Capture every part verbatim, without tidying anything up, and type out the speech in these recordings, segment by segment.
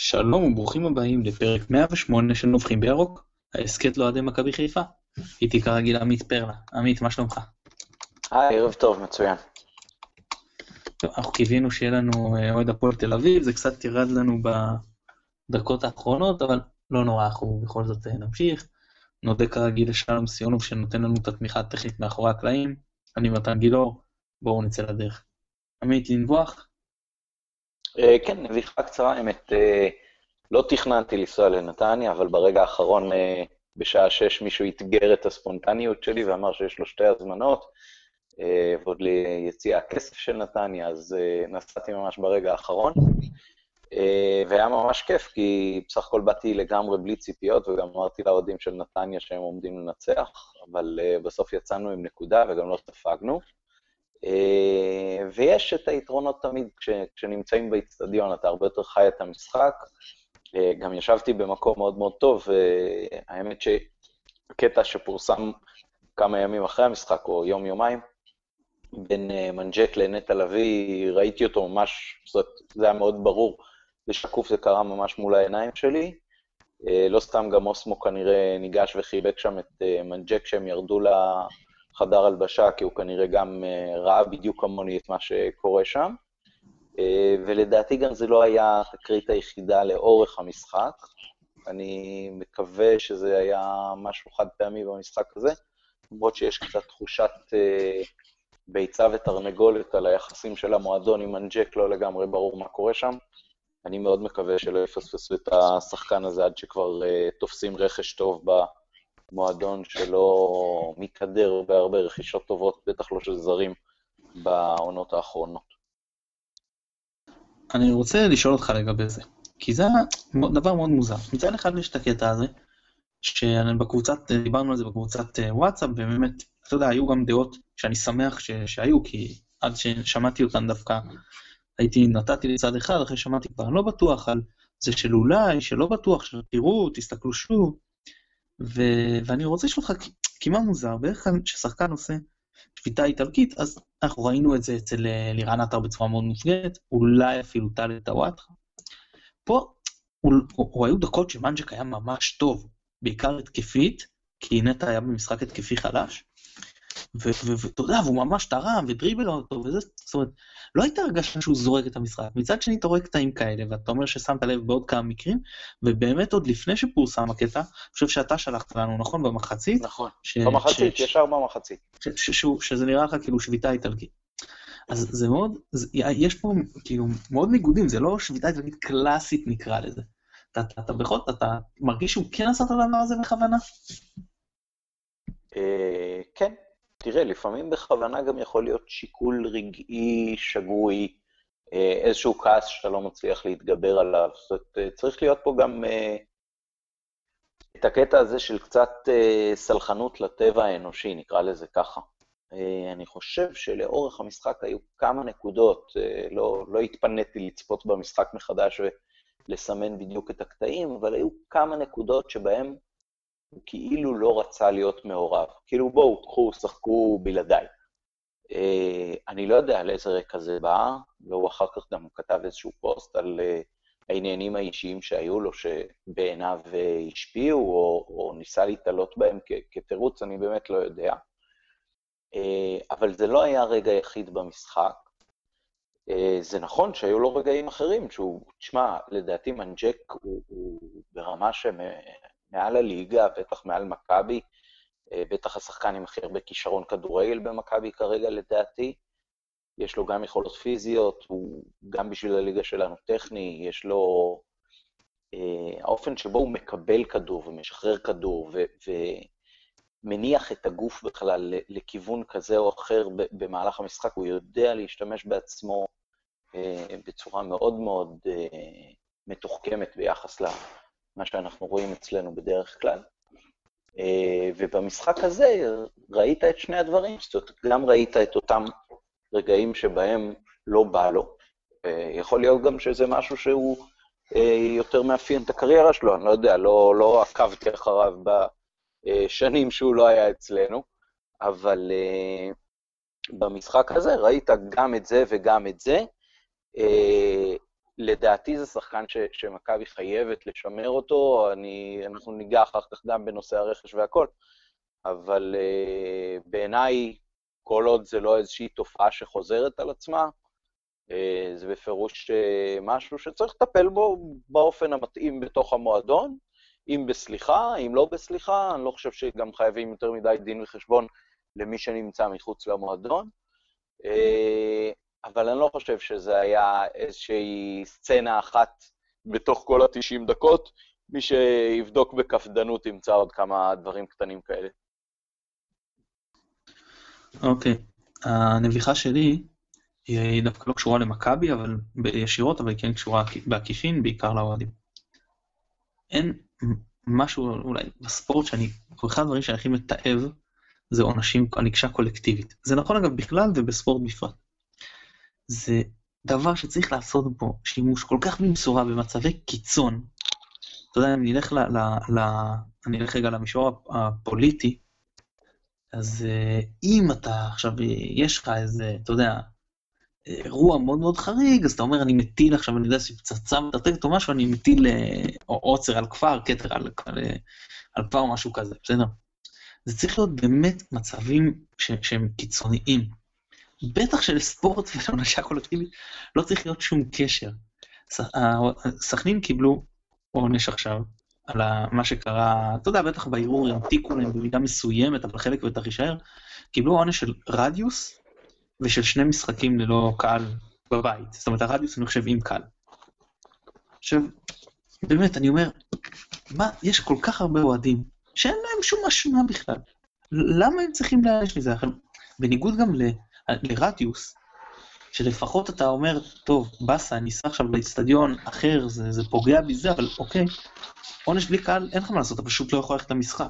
שלום וברוכים הבאים לפרק מאה ושמונה של נובחים בירוק, ההסכת לאוהדי מכבי חיפה. איתי כרגיל עמית פרלה. עמית, מה שלומך? היי, ערב טוב, מצוין. טוב, אנחנו קיווינו שיהיה לנו אה, אוהד הפועל תל אביב, זה קצת ירד לנו בדקות האחרונות, אבל לא נורא, אנחנו בכל זאת אה, נמשיך. נודה כרגיל לשלום סיונוב שנותן לנו את התמיכה הטכנית מאחורי הקלעים. אני מתן גילאור, בואו נצא לדרך. עמית, לנבוח? אה, כן, נביחה קצרה, האמת, אה, לא תכננתי לנסוע לנתניה, אבל ברגע האחרון, אה, בשעה שש, מישהו התגר את הספונטניות שלי ואמר שיש לו שתי הזמנות, אה, ועוד ליציאה הכסף של נתניה, אז אה, נסעתי ממש ברגע האחרון, אה, והיה ממש כיף, כי בסך הכל באתי לגמרי בלי ציפיות, וגם אמרתי לאוהדים של נתניה שהם עומדים לנצח, אבל אה, בסוף יצאנו עם נקודה וגם לא ספגנו. Uh, ויש את היתרונות תמיד, כש, כשנמצאים באצטדיון, אתה הרבה יותר חי את המשחק. Uh, גם ישבתי במקום מאוד מאוד טוב, והאמת שקטע שפורסם כמה ימים אחרי המשחק, או יום יומיים, בין uh, מנג'ק לנטע לביא, ראיתי אותו ממש, זאת, זה היה מאוד ברור, ושקוף זה קרה ממש מול העיניים שלי. Uh, לא סתם גם אוסמו כנראה ניגש וחיבק שם את uh, מנג'ק שהם ירדו לה... חדר הלבשה, כי הוא כנראה גם ראה בדיוק כמוני את מה שקורה שם, ולדעתי גם זה לא היה התקרית היחידה לאורך המשחק. אני מקווה שזה היה משהו חד פעמי במשחק הזה, למרות שיש קצת תחושת ביצה ותרנגולת על היחסים של המועדון עם מנג'ק, לא לגמרי ברור מה קורה שם. אני מאוד מקווה שלא יפספסו את השחקן הזה עד שכבר תופסים רכש טוב ב... מועדון שלא מתהדר בהרבה רכישות טובות, בטח לא של זרים בעונות האחרונות. אני רוצה לשאול אותך לגבי זה, כי זה דבר מאוד מוזר. מצד אחד יש את הקטע הזה, שבקבוצת, דיברנו על זה בקבוצת וואטסאפ, ובאמת, אתה יודע, היו גם דעות שאני שמח ש... שהיו, כי עד ששמעתי אותן דווקא, הייתי, נתתי לצד אחד, אחרי שמעתי כבר, לא בטוח על זה של אולי, שלא בטוח, שתראו, תסתכלו שוב, ו... ואני רוצה לשאול אותך, כי מה מוזר, בערך כלל ששחקן עושה שביתה איטלקית, אז אנחנו ראינו את זה אצל לירן עטר בצורה מאוד מופגנת, אולי אפילו טל טוואטחה. פה, הוא, הוא, הוא היו דקות שמנג'ק היה ממש טוב, בעיקר התקפית, כי נטע היה במשחק התקפי חלש, ואתה יודע, והוא ממש תרם ודריבל אותו, וזה, זאת אומרת, לא הייתה הרגשה שהוא זורק את המשחק. מצד שני, אתה רואה קטעים כאלה, ואתה אומר ששמת לב בעוד כמה מקרים, ובאמת עוד לפני שפורסם הקטע, אני חושב שאתה שלחת לנו, נכון? במחצית? נכון, במחצית, ישר במחצית. שזה נראה לך כאילו שביתה איטלקית. אז זה מאוד, יש פה כאילו מאוד ניגודים, זה לא שביתה איטלקית קלאסית נקרא לזה. אתה בכל זאת, אתה מרגיש שהוא כן עשה את הדבר הזה בכוונה? כן. תראה, לפעמים בכוונה גם יכול להיות שיקול רגעי, שגוי, איזשהו כעס שאתה לא מצליח להתגבר עליו. זאת אומרת, צריך להיות פה גם את הקטע הזה של קצת סלחנות לטבע האנושי, נקרא לזה ככה. אני חושב שלאורך המשחק היו כמה נקודות, לא, לא התפניתי לצפות במשחק מחדש ולסמן בדיוק את הקטעים, אבל היו כמה נקודות שבהם הוא כאילו לא רצה להיות מעורב. כאילו בואו, תחו, שחקו בלעדיי. אה, אני לא יודע על איזה רקע זה בא, והוא אחר כך גם כתב איזשהו פוסט על אה, העניינים האישיים שהיו לו, שבעיניו אה, השפיעו, או, או ניסה להתעלות בהם כ- כתירוץ, אני באמת לא יודע. אה, אבל זה לא היה רגע יחיד במשחק. אה, זה נכון שהיו לו רגעים אחרים, שהוא, תשמע, לדעתי מנג'ק הוא, הוא ברמה שמ... מעל הליגה, בטח מעל מכבי, בטח השחקן עם הכי הרבה כישרון כדורגל במכבי כרגע לדעתי, יש לו גם יכולות פיזיות, הוא גם בשביל הליגה שלנו טכני, יש לו אה, האופן שבו הוא מקבל כדור ומשחרר כדור, ו, ומניח את הגוף בכלל לכיוון כזה או אחר במהלך המשחק, הוא יודע להשתמש בעצמו אה, בצורה מאוד מאוד אה, מתוחכמת ביחס לה. מה שאנחנו רואים אצלנו בדרך כלל. ובמשחק הזה ראית את שני הדברים, זאת אומרת, גם ראית את אותם רגעים שבהם לא בא לו. יכול להיות גם שזה משהו שהוא יותר מאפיין את הקריירה שלו, אני לא יודע, לא, לא עקבתי אחריו בשנים שהוא לא היה אצלנו, אבל במשחק הזה ראית גם את זה וגם את זה, לדעתי זה שחקן ש, שמכבי חייבת לשמר אותו, אני, אנחנו ניגע אחר כך גם בנושא הרכש והכל, אבל uh, בעיניי, כל עוד זה לא איזושהי תופעה שחוזרת על עצמה, uh, זה בפירוש uh, משהו שצריך לטפל בו באופן המתאים בתוך המועדון, אם בסליחה, אם לא בסליחה, אני לא חושב שגם חייבים יותר מדי דין וחשבון למי שנמצא מחוץ למועדון, uh, אבל אני לא חושב שזה היה איזושהי סצנה אחת בתוך כל ה-תשעים דקות, מי שיבדוק בכפדנות ימצא עוד כמה דברים קטנים כאלה. אוקיי, הנביחה שלי היא דווקא לא קשורה למכבי, אבל ישירות, אבל היא כן קשורה בעקיפין, בעיקר לאוהדים. אין משהו אולי בספורט שאני, אחד הדברים שאני הכי מתאהב, זה עונשים, הנגשה קולקטיבית. זה נכון אגב בכלל ובספורט בפרט. זה דבר שצריך לעשות בו שימוש כל כך במשורה במצבי קיצון. אתה יודע, אם נלך ל, ל, ל, אני אלך רגע למישור הפוליטי, אז אם אתה עכשיו, יש לך איזה, אתה יודע, אירוע מאוד מאוד חריג, אז אתה אומר, אני מטיל עכשיו, אני יודע, פצצה מטרטקת או משהו, אני מטיל או עוצר על כפר, כתר על, על, על כפר או משהו כזה, בסדר? זה צריך להיות באמת מצבים ש, שהם קיצוניים. בטח של ספורט ושעונשה קולקטיבית, לא צריך להיות שום קשר. סכנין קיבלו עונש עכשיו, על מה שקרה, אתה יודע, בטח בערעור ימתיקו להם במידה מסוימת, אבל חלק בטח יישאר, קיבלו עונש של רדיוס, ושל שני משחקים ללא קהל בבית. זאת אומרת, הרדיוס אני חושב עם קהל. עכשיו, באמת, אני אומר, מה, יש כל כך הרבה אוהדים, שאין להם שום משמע בכלל. למה הם צריכים להעניש מזה? בניגוד גם ל... לרדיוס, שלפחות אתה אומר, טוב, בסה, אני אסע עכשיו לאצטדיון אחר, זה, זה פוגע בזה, אבל אוקיי, עונש בלי קהל, אין לך מה לעשות, אתה פשוט לא יכול ללכת למשחק.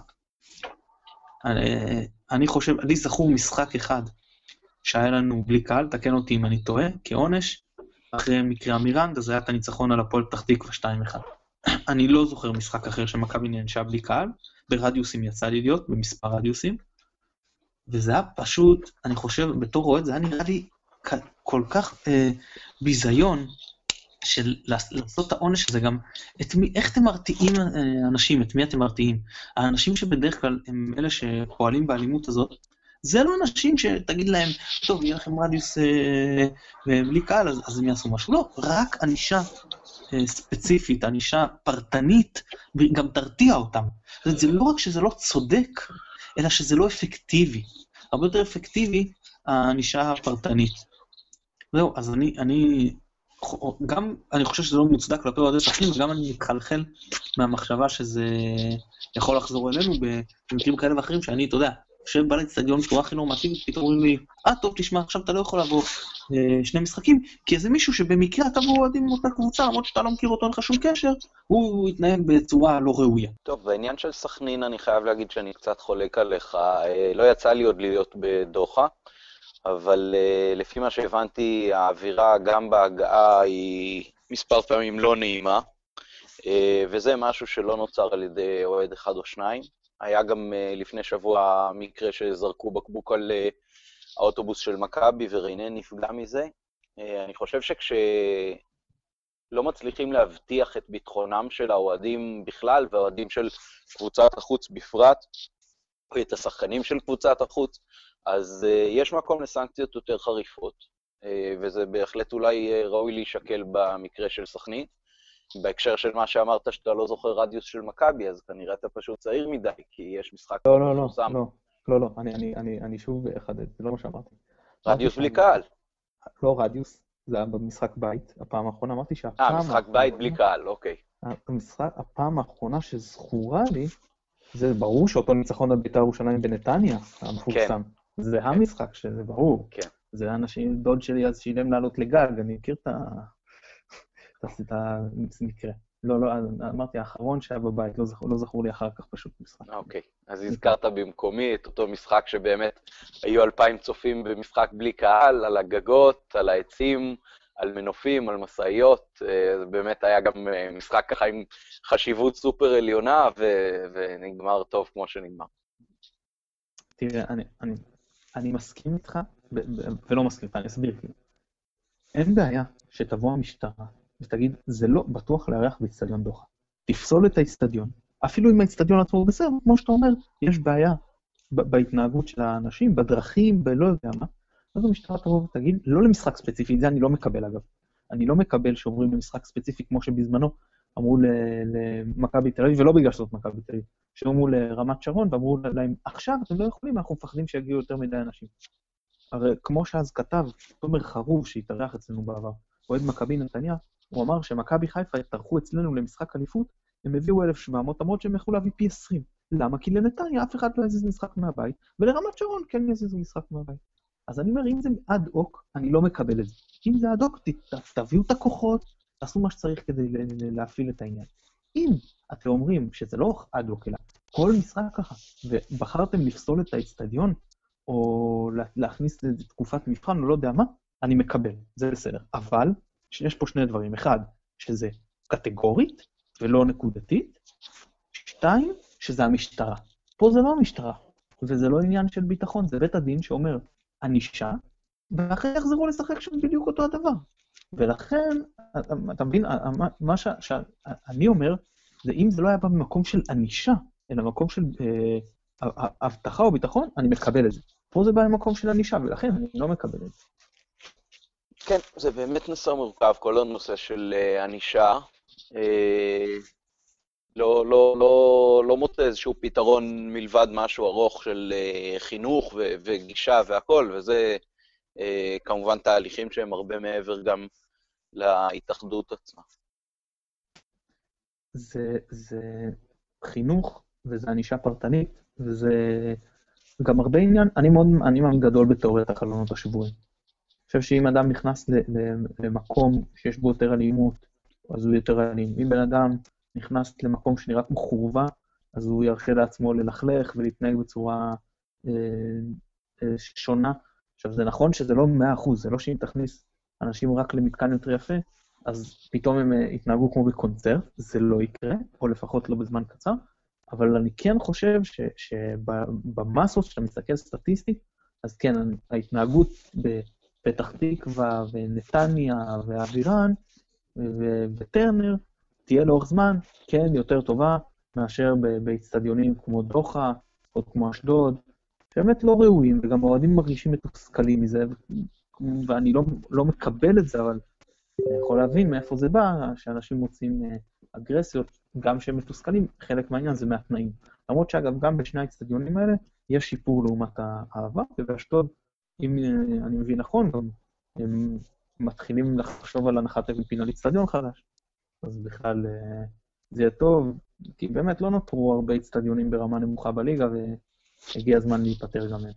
אני, אני חושב, לי זכור משחק אחד, שהיה לנו בלי קהל, תקן אותי אם אני טועה, כעונש, אחרי מקרה מירנדה, זה היה את הניצחון על הפועל פתח תקווה שתיים אחד. אני לא זוכר משחק אחר שמכבי נענשה בלי קהל, ברדיוסים יצא לי להיות, במספר רדיוסים, וזה היה פשוט, אני חושב, בתור רועד, זה היה נראה לי כל כך אה, ביזיון, של לעשות את העונש הזה גם, את מי, איך אתם מרתיעים אה, אנשים, את מי אתם מרתיעים? האנשים שבדרך כלל הם אלה שפועלים באלימות הזאת, זה לא אנשים שתגיד להם, טוב, יהיה לכם רדיוס אה, בלי קהל, אז, אז הם יעשו משהו. לא, רק ענישה אה, ספציפית, ענישה פרטנית, גם תרתיע אותם. זאת, זה לא רק שזה לא צודק, אלא שזה לא אפקטיבי. הרבה יותר אפקטיבי, הענישה הפרטנית. זהו, אז אני, אני, גם אני חושב שזה לא מוצדק כלפי אוהדי סכנין, וגם אני מתחלחל מהמחשבה שזה יכול לחזור אלינו במקרים כאלה ואחרים, שאני, אתה יודע, חושב בא לאצטדיון בצורה הכי נורמטיבית, פתאום אומרים לי, אה, טוב, תשמע, עכשיו אתה לא יכול לעבור אה, שני משחקים, כי איזה מישהו שבמקרה אתה ואוהדים עם אותה קבוצה, למרות שאתה לא מכיר אותו, אין לך שום קשר, הוא יתנהג בצורה לא ראויה. טוב, בעניין של סכנין אני חייב להגיד שאני קצת חולק עליך, אה, לא יצא לי עוד להיות בדוחה, אבל uh, לפי מה שהבנתי, האווירה גם בהגעה היא מספר פעמים לא נעימה, uh, וזה משהו שלא נוצר על ידי אוהד אחד או שניים. היה גם uh, לפני שבוע מקרה שזרקו בקבוק על uh, האוטובוס של מכבי, וריינן נפגע מזה. Uh, אני חושב שכשלא מצליחים להבטיח את ביטחונם של האוהדים בכלל, והאוהדים של קבוצת החוץ בפרט, או את השחקנים של קבוצת החוץ, אז uh, יש מקום לסנקציות יותר חריפות, uh, וזה בהחלט אולי uh, ראוי להישקל במקרה של סכנין. בהקשר של מה שאמרת שאתה לא זוכר רדיוס של מכבי, אז כנראה אתה פשוט צעיר מדי, כי יש משחק... לא, לא, לא, לא, לא, לא, אני, אני, אני, אני שוב אחדד, זה לא מה שאמרתי. רדיוס בלי קהל. לא רדיוס, זה היה במשחק בית, הפעם האחרונה אמרתי שהפעם... אה, משחק בית בלי קהל, אוקיי. המשחק, הפעם האחרונה שזכורה לי, זה ברור שאותו ניצחון על בית"ר ירושלים בנתניה, המפורסם. זה המשחק שזה ברור. כן. זה אנשים, דוד שלי אז שילם לעלות לגג, אני מכיר את המקרה. לא, לא, אמרתי, האחרון שהיה בבית, לא זכור, לא זכור לי אחר כך פשוט משחק. אוקיי, אז הזכרת במקומי את אותו משחק שבאמת היו אלפיים צופים במשחק בלי קהל, על הגגות, על העצים, על מנופים, על מסעיות, זה באמת היה גם משחק ככה עם חשיבות סופר עליונה, ו- ונגמר טוב כמו שנגמר. תראה, אני, אני, אני מסכים איתך, ב- ב- ולא מסכים איתך, אני אסביר. אין בעיה שתבוא המשטרה ותגיד, זה לא בטוח לארח באצטדיון דוחה. תפסול את האצטדיון, אפילו אם האצטדיון עצמו בסדר, כמו שאתה אומר, יש בעיה בהתנהגות של האנשים, בדרכים, בלא יודע מה, אז המשטרה תבוא ותגיד, לא למשחק ספציפי, זה אני לא מקבל אגב. אני לא מקבל שאומרים למשחק ספציפי, כמו שבזמנו אמרו למכבי תל אביב, ולא בגלל שזאת מכבי תל אביב, שאמרו לרמת שרון, ואמרו להם, עכשיו אתם לא יכולים, אנחנו מפחדים שיגיעו יותר מדי אנשים. הרי כמו שאז כתב, תומר חרוב שהתארח אצלנו בעבר, אוהד מכבי נתניה, הוא אמר שמכבי חיפה התארחו אצלנו למשחק אליפות, הם הביאו אלף ושבע מאות, למרות שהם יכלו להביא פי עשרים. למה? כי לנתניה אף אחד לא יזיז משחק מהבית, ולרמת שרון כן יזיזו משחק מהבית. אז אני אומר, אם זה עד אוק, אני לא מקבל את זה. אם זה עד אוק, ת, תביאו את הכוחות, תעשו מה שצריך כדי להפעיל את העניין. אם אתם אומרים שזה לא עד אוק, אלא כל משחק ככה, ובחרתם לפסול את האצטדיון, או להכניס לתקופת מבחן, או לא יודע מה, אני מקבל, זה בסדר. אבל, יש פה שני דברים. אחד, שזה קטגורית, ולא נקודתית. שתיים, שזה המשטרה. פה זה לא המשטרה, וזה לא עניין של ביטחון, זה בית הדין שאומר, ענישה, ואחרי יחזרו לשחק שם בדיוק אותו הדבר. ולכן, אתה מבין, מה שאני אומר, זה אם זה לא היה במקום של ענישה, אלא במקום של הבטחה או ביטחון, אני מקבל את זה. פה זה בא במקום של ענישה, ולכן אני לא מקבל את זה. כן, זה באמת נושא מורכב, כל הנושא של ענישה. לא, לא, לא, לא מוצא איזשהו פתרון מלבד משהו ארוך של חינוך ו- וגישה והכל, וזה כמובן תהליכים שהם הרבה מעבר גם להתאחדות עצמה. זה, זה חינוך, וזה ענישה פרטנית, וזה גם הרבה עניין, אני מאוד, אני מאוד גדול בתיאוריית החלונות השבורים. אני חושב שאם אדם נכנס למקום שיש בו יותר אלימות, אז הוא יותר אלים. אם בן אדם נכנס למקום שנראה כמו חורבה, אז הוא ירשה לעצמו ללכלך ולהתנהג בצורה אה, אה, שונה. עכשיו, זה נכון שזה לא מאה אחוז, זה לא שאם תכניס אנשים רק למתקן יותר יפה, אז פתאום הם יתנהגו כמו בקונצרט, זה לא יקרה, או לפחות לא בזמן קצר, אבל אני כן חושב שבמסות שאתה מסתכל סטטיסטית, אז כן, ההתנהגות בפתח תקווה ונתניה ואבירן וטרנר, תהיה לאורך זמן, כן, יותר טובה, מאשר באצטדיונים כמו דוחה, או כמו אשדוד, שבאמת לא ראויים, וגם האוהדים מרגישים מתוסכלים מזה, ואני לא, לא מקבל את זה, אבל אני יכול להבין מאיפה זה בא, שאנשים מוצאים אגרסיות, גם שהם מתוסכלים, חלק מהעניין זה מהתנאים. למרות שאגב, גם בשני האצטדיונים האלה, יש שיפור לעומת העבר, ובאשדוד, אם אני מבין נכון, גם הם מתחילים לחשוב על הנחת אבן פינה לאצטדיון חדש. אז בכלל זה יהיה טוב, כי באמת לא נותרו הרבה אצטדיונים ברמה נמוכה בליגה, והגיע הזמן להיפטר גם מהם.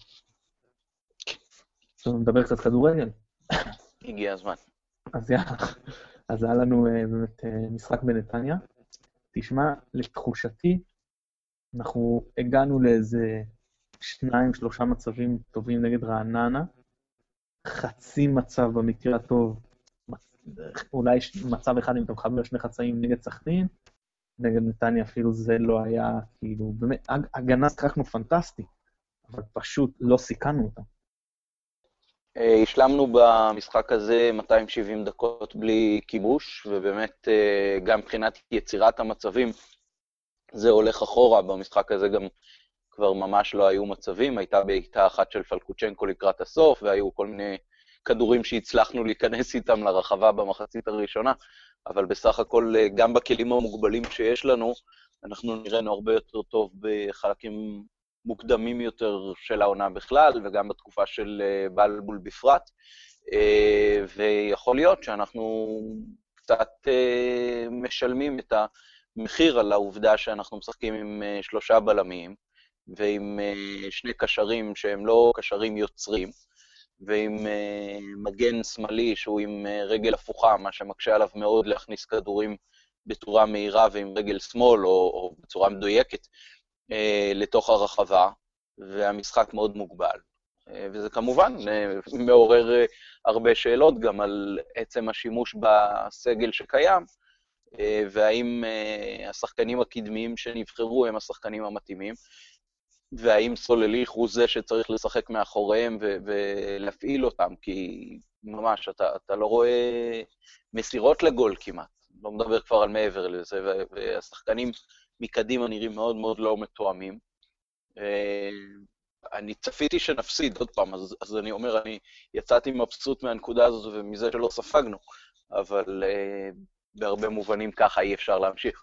עכשיו נדבר קצת כדורגל. הגיע הזמן. אז יאללה, אז היה לנו באמת משחק בנתניה. תשמע, לתחושתי, אנחנו הגענו לאיזה שניים, שלושה מצבים טובים נגד רעננה, חצי מצב במקרה הטוב, אולי מצב אחד אם אתה מחבר שני חצאים נגד סכנין, נגד נתניה אפילו זה לא היה, כאילו, באמת, הגנה שחקנו פנטסטי, אבל פשוט לא סיכנו אותה. השלמנו במשחק הזה מאתיים שבעים דקות בלי כיבוש, ובאמת גם מבחינת יצירת המצבים, זה הולך אחורה, במשחק הזה גם כבר ממש לא היו מצבים, הייתה בעיטה אחת של פלקוצ'נקו לקראת הסוף, והיו כל מיני כדורים שהצלחנו להיכנס איתם לרחבה במחצית הראשונה, אבל בסך הכל גם בכלים המוגבלים שיש לנו, אנחנו נראינו הרבה יותר טוב בחלקים מוקדמים יותר של העונה בכלל, וגם בתקופה של בלבול בפרט, ויכול להיות שאנחנו קצת משלמים את המחיר על העובדה שאנחנו משחקים עם שלושה בלמים, ועם שני קשרים שהם לא קשרים יוצרים, ועם מגן שמאלי שהוא עם רגל הפוכה, מה שמקשה עליו מאוד להכניס כדורים בצורה מהירה ועם רגל שמאל, או, או בצורה מדויקת, לתוך הרחבה, והמשחק מאוד מוגבל. וזה כמובן מעורר הרבה שאלות גם על עצם השימוש בסגל שקיים, והאם השחקנים הקדמיים שנבחרו הם השחקנים המתאימים. והאם סולליך הוא זה שצריך לשחק מאחוריהם ו- ולהפעיל אותם, כי ממש אתה, אתה לא רואה מסירות לגול כמעט, לא מדבר כבר על מעבר לזה, והשחקנים מקדימה נראים מאוד מאוד לא מתואמים. אני צפיתי שנפסיד עוד פעם, אז, אז אני אומר, אני יצאתי מבסוט מהנקודה הזאת ומזה שלא ספגנו, אבל uh, בהרבה מובנים ככה אי אפשר להמשיך.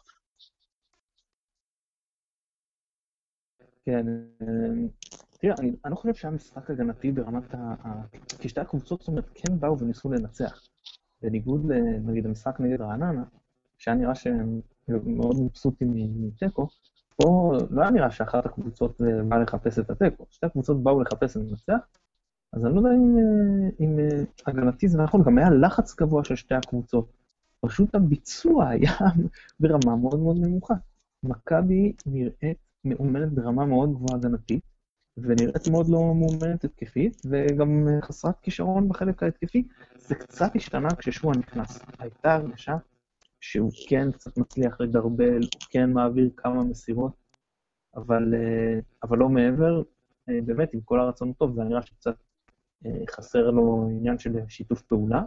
כן, תראה, אני, אני לא חושב שהיה משחק הגנתי ברמת ה... כי שתי הקבוצות, זאת אומרת, כן באו וניסו לנצח. בניגוד, נגיד, המשחק נגד רעננה, שהיה נראה שהם מאוד מבסוטים מטקו, פה לא היה נראה שאחת הקבוצות באה לחפש את הטקו. שתי הקבוצות באו לחפש לנצח, אז אני לא יודע אם, אם הגנתי זה נכון, גם היה לחץ גבוה של שתי הקבוצות. פשוט הביצוע היה ברמה מאוד מאוד נמוכה. מכבי נראית מאומנת ברמה מאוד גבוהה הגנתית, ונראית מאוד לא מאומנת התקפית, וגם חסרת כישרון בחלק ההתקפי. זה קצת השתנה כששועה נכנס. הייתה הרגשה שהוא כן קצת מצליח לדרבל, הוא כן מעביר כמה מסירות, אבל, אבל לא מעבר, באמת עם כל הרצון טוב, זה נראה שקצת חסר לו עניין של שיתוף פעולה.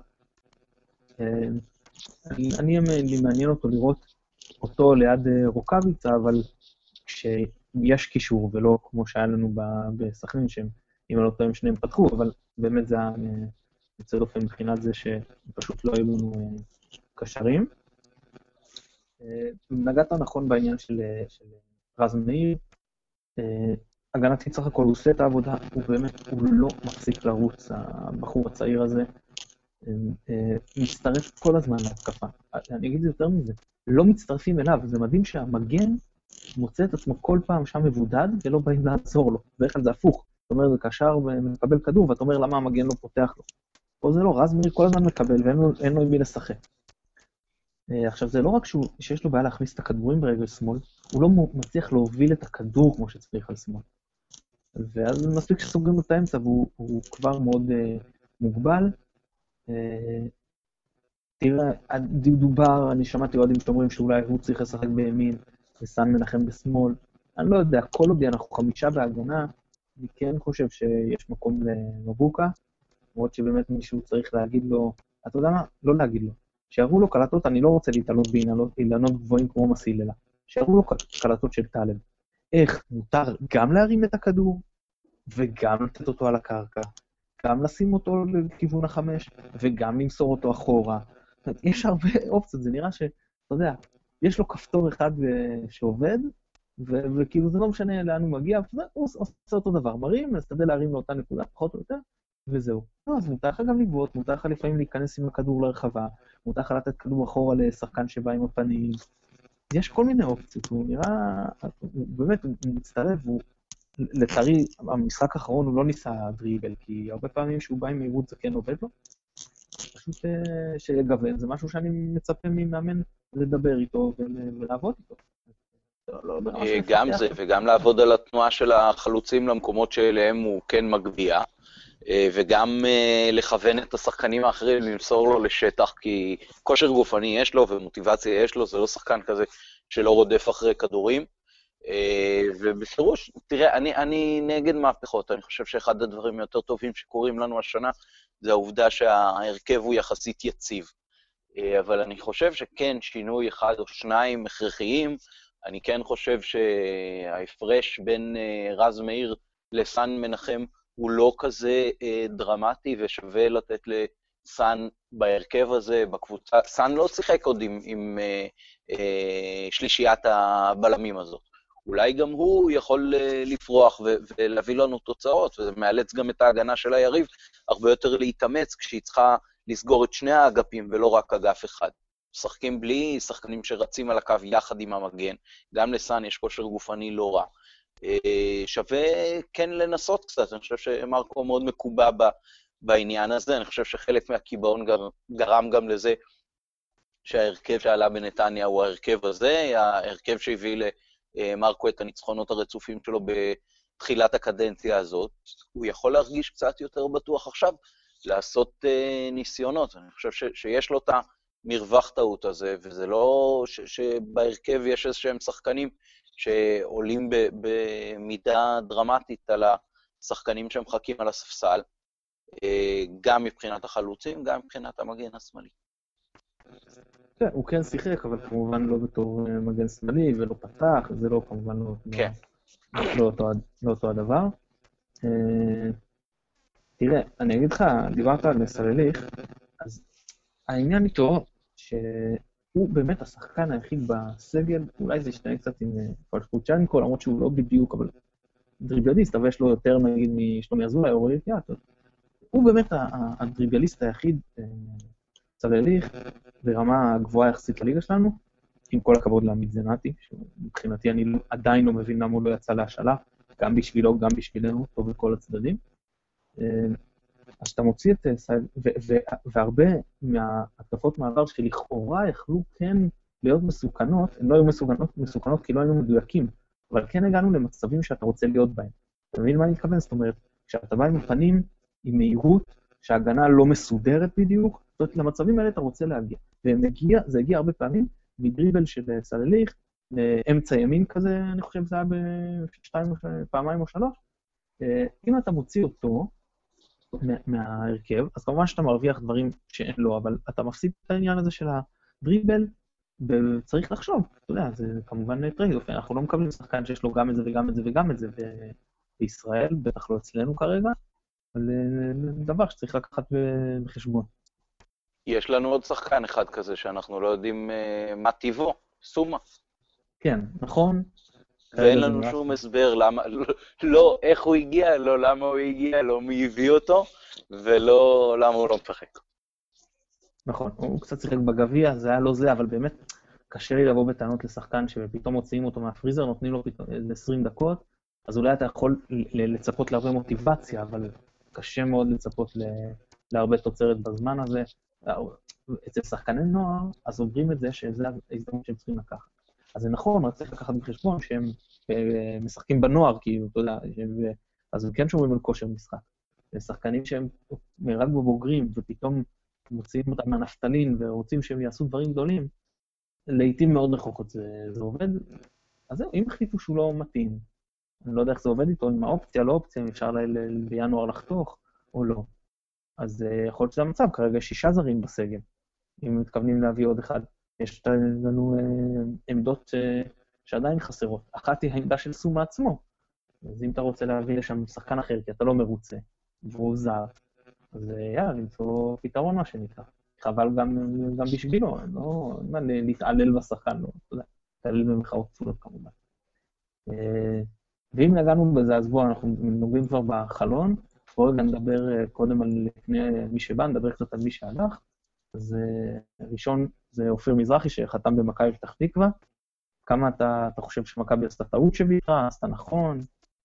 אני, אני מעניין אותו לראות אותו ליד רוקאביצה, אבל כשיש קישור, ולא כמו שהיה לנו בסכנין, שהם, אם אני לא טועה, שניהם פתחו, אבל באמת זה היה יוצא דופן מבחינת זה שפשוט לא היו לנו קשרים. נגעת נכון בעניין של, של רז מאיר, הגנתית סך הכל הוא עושה את העבודה, הוא באמת, הוא לא מפסיק לרוץ, הבחור הצעיר הזה, מצטרף כל הזמן להתקפה. אני אגיד יותר מזה, לא מצטרפים אליו, זה מדהים שהמגן מוצא את עצמו כל פעם שם מבודד, ולא באים לעצור לו, ואיך זה הפוך, זאת אומרת, זה קשר ומקבל כדור, ואתה אומר למה המגן לא פותח לו. פה זה לא, רז מאיר כל הזמן מקבל, ואין לו עם מי לשחק. עכשיו, זה לא רק שהוא, שיש לו בעיה להכניס את הכדורים ברגל שמאל, הוא לא מצליח להוביל את הכדור כמו שצריך על שמאל. ואז מספיק שסוגרים את האמצע, והוא כבר מאוד uh, מוגבל. Uh, תראה, דובר, אני שמעתי אוהדים שאומרים שאולי הוא צריך לשחק בימין, וסן מנחם בשמאל. אני לא יודע, כל עוד אנחנו חמישה בהגנה, אני כן חושב שיש מקום למבוקה, למרות שבאמת מישהו צריך להגיד לו, אתה יודע מה? לא להגיד לו. שיראו לו קלטות, אני לא רוצה להתעלות באילנות גבוהים כמו מסיללה. שיראו לו קלטות של טלב. איך מותר גם להרים את הכדור, וגם לתת אותו על הקרקע, גם לשים אותו לכיוון החמש, וגם למסור אותו אחורה. יש הרבה אופציות, זה נראה שאתה יודע, יש לו כפתור אחד שעובד, ו- וכאילו זה לא משנה לאן הוא מגיע, הוא עושה אותו דבר, מרים, מסתדל להרים לאותה נקודה, פחות או יותר, וזהו. לא, אז מותר לך גם לגבות, מותר לך לפעמים להיכנס עם הכדור לרחבה, מותר לך לתת כדור אחורה לשחקן שבא עם הפנים. יש כל מיני אופציות, הוא נראה, הוא באמת, הוא מצטרף, הוא, לצערי, המשחק האחרון הוא לא ניסה דריבל, כי הרבה פעמים שהוא בא עם מהירות זה כן עובד לו, פשוט שיגוון, זה משהו שאני מצפה ממאמן לדבר איתו ולעבוד איתו. גם זה, וגם לעבוד על התנועה של החלוצים למקומות שאליהם הוא כן מגביה, וגם לכוון את השחקנים האחרים, למסור לו לשטח, כי כושר גופני יש לו ומוטיבציה יש לו, זה לא שחקן כזה שלא רודף אחרי כדורים. ובפירוש, תראה, אני, אני נגד מהפכות, אני חושב שאחד הדברים היותר טובים שקורים לנו השנה, זה העובדה שההרכב הוא יחסית יציב. אבל אני חושב שכן, שינוי אחד או שניים הכרחיים, אני כן חושב שההפרש בין רז מאיר לסן מנחם הוא לא כזה דרמטי, ושווה לתת לסן בהרכב הזה, בקבוצה. סן לא שיחק עוד עם, עם שלישיית הבלמים הזאת. אולי גם הוא יכול לפרוח ולהביא לנו תוצאות, וזה מאלץ גם את ההגנה של היריב הרבה יותר להתאמץ כשהיא צריכה לסגור את שני האגפים ולא רק אגף אחד. משחקים בלי שחקנים שרצים על הקו יחד עם המגן, גם לסן יש כושר גופני לא רע. שווה כן לנסות קצת, אני חושב שמרקו מאוד מקובע בעניין הזה, אני חושב שחלק מהקיבעון גרם גם לזה שההרכב שעלה בנתניה הוא ההרכב הזה, ההרכב שהביא למרקו את הניצחונות הרצופים שלו בתחילת הקדנציה הזאת, הוא יכול להרגיש קצת יותר בטוח עכשיו, לעשות ניסיונות, אני חושב שיש לו את המרווח טעות הזה, וזה לא שבהרכב יש איזשהם שחקנים שעולים ב- במידה דרמטית על השחקנים שמחכים על הספסל, גם מבחינת החלוצים, גם מבחינת המגן השמאלי. כן, הוא כן שיחק, אבל כמובן לא בתור מגן שמאלי ולא פתח, זה לא כמובן לא, כן. לא, לא, אותו, לא אותו הדבר. תראה, אני אגיד לך, דיברת על סלליך, אז העניין איתו שהוא באמת השחקן היחיד בסגל, אולי זה ישתנה קצת עם פלשפוצ'נקו, למרות שהוא לא בדיוק, אבל דריבליסט, אבל יש לו יותר נגיד משלומי אזולאי או רועי קיאט, הוא באמת הדריבליסט היחיד, סלליך, ברמה גבוהה יחסית לליגה שלנו, עם כל הכבוד לעמית זנתי, שמבחינתי אני עדיין לא מבין למה הוא לא יצא להשאלה, גם בשבילו, גם בשבילנו, טוב לכל הצדדים. אז שאתה מוציא את סייל, והרבה מההתקפות מעבר שלכאורה יכלו כן להיות מסוכנות, הן לא היו מסוכנות, מסוכנות כי לא היינו מדויקים, אבל כן הגענו למצבים שאתה רוצה להיות בהם. אתה מבין מה אני מתכוון? זאת אומרת, כשאתה בא עם הפנים, עם מהירות, שההגנה לא מסודרת בדיוק, זאת אומרת, למצבים האלה אתה רוצה להגיע. ומגיע, זה הגיע הרבה פעמים, מדריבל של סלליך, לאמצע ימין כזה, אני חושב זה היה בשתיים, פעמיים או שלוש. אם אתה מוציא אותו מההרכב, אז כמובן שאתה מרוויח דברים שאין לו, אבל אתה מפסיד את העניין הזה של הדריבל, וצריך לחשוב, אתה יודע, זה כמובן טרייד, אנחנו לא מקבלים שחקן שיש לו גם את זה וגם את זה וגם את זה, בישראל, בטח לא אצלנו כרגע, אבל דבר שצריך לקחת בחשבון. יש לנו עוד שחקן אחד כזה שאנחנו לא יודעים מה טיבו, סומה. כן, נכון. ואין לנו שום הסבר למה, לא איך הוא הגיע, לא למה הוא הגיע, לא מי הביא אותו, ולא למה הוא לא משחק. נכון, הוא קצת שיחק בגביע, זה היה לא זה, אבל באמת קשה לי לבוא בטענות לשחקן שפתאום מוציאים אותו מהפריזר, נותנים לו פתאום עשרים דקות, אז אולי אתה יכול לצפות להרבה מוטיבציה, אבל קשה מאוד לצפות להרבה תוצרת בזמן הזה. אצל שחקני נוער, אז עוברים את זה שזה ההזדמנות שהם צריכים לקחת. אז זה נכון, רק צריך לקחת בחשבון שהם משחקים בנוער, כאילו, אתה יודע, אז הם כן שומרים על כושר משחק. שחקנים שהם רק בבוגרים, ופתאום מוציאים אותם מהנפטלין, ורוצים שהם יעשו דברים גדולים, לעתים מאוד רחוקות זה, זה עובד. אז זהו, אם החליטו שהוא לא מתאים, אני לא יודע איך זה עובד איתו, עם האופציה, לא אופציה, אם אפשר בינואר לחתוך או לא. אז יכול להיות שזה המצב, כרגע יש שישה זרים בסגל, אם מתכוונים להביא עוד אחד. יש לנו עמדות שעדיין חסרות. אחת היא העמדה של סומה עצמו. אז אם אתה רוצה להביא לשם שחקן אחר, כי אתה לא מרוצה, והוא זר, אז יאללה, למצוא פתרון מה שנקרא. חבל גם, גם בשבילו, לא להתעלל בשחקן, לא, אתה יודע, להתעלל במחאות פסולות כמובן. ואם נגענו בזה, אז בואו, אנחנו נוגעים כבר בחלון, בואו רגע נדבר קודם על לפני מי שבא, נדבר קצת על מי שהלך. אז ראשון זה אופיר מזרחי שחתם במכבי פתח תקווה. כמה אתה, אתה חושב שמכבי עשתה טעות שבירה, עשתה נכון?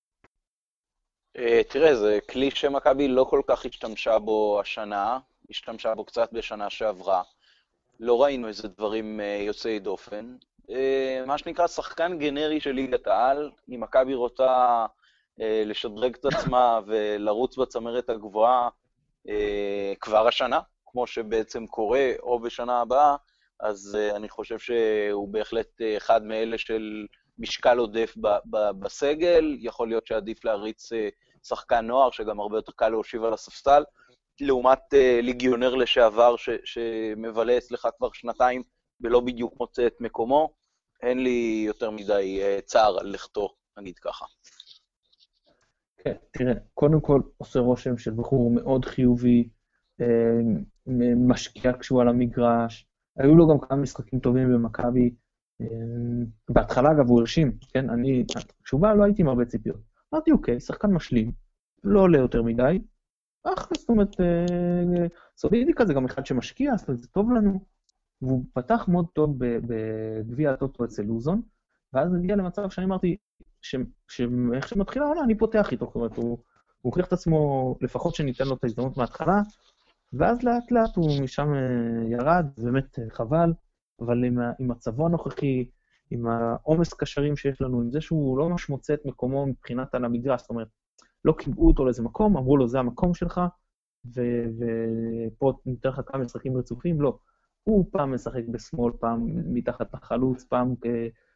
תראה, זה כלי שמכבי לא כל כך השתמשה בו השנה, השתמשה בו קצת בשנה שעברה. לא ראינו איזה דברים יוצאי דופן. מה שנקרא שחקן גנרי של ליגת העל, אם מכבי רוצה לשדרג את עצמה ולרוץ בצמרת הגבוהה כבר השנה, כמו שבעצם קורה או בשנה הבאה, אז אני חושב שהוא בהחלט אחד מאלה של משקל עודף בסגל, יכול להיות שעדיף להריץ שחקן נוער, שגם הרבה יותר קל להושיב על הספסל, לעומת ליגיונר לשעבר ש, שמבלה אצלך כבר שנתיים ולא בדיוק מוצא את מקומו, אין לי יותר מדי צער על לכתו, נגיד ככה. כן, תראה, קודם כל עושה רושם של בחור מאוד חיובי, משקיע כשהוא על המגרש, היו לו גם כמה משחקים טובים במכבי, בהתחלה אגב הוא הרשים, כן, אני, כשהוא בא לא הייתי עם הרבה ציפיות, אמרתי אוקיי, שחקן משלים, לא עולה יותר מדי, אך זאת אומרת, סולידי כזה, גם אחד שמשקיע, זאת אומרת, זה טוב לנו, והוא פתח מאוד טוב בגביע הטוטו אצל לוזון, ואז הגיע למצב שאני אמרתי, שאיך שמתחילה העונה, אני פותח איתו, זאת אומרת, הוא הוכיח את עצמו, לפחות שניתן לו את ההזדמנות מההתחלה, ואז לאט לאט הוא משם ירד, באמת חבל, אבל עם, עם מצבו הנוכחי, עם העומס קשרים שיש לנו, עם זה שהוא לא ממש מוצא את מקומו מבחינת על המגרש, זאת אומרת, לא קיבעו אותו לאיזה מקום, אמרו לו זה המקום שלך, ו- ופה ניתן לך כמה משחקים רצופים, לא. הוא פעם משחק בשמאל, פעם מתחת לחלוץ, פעם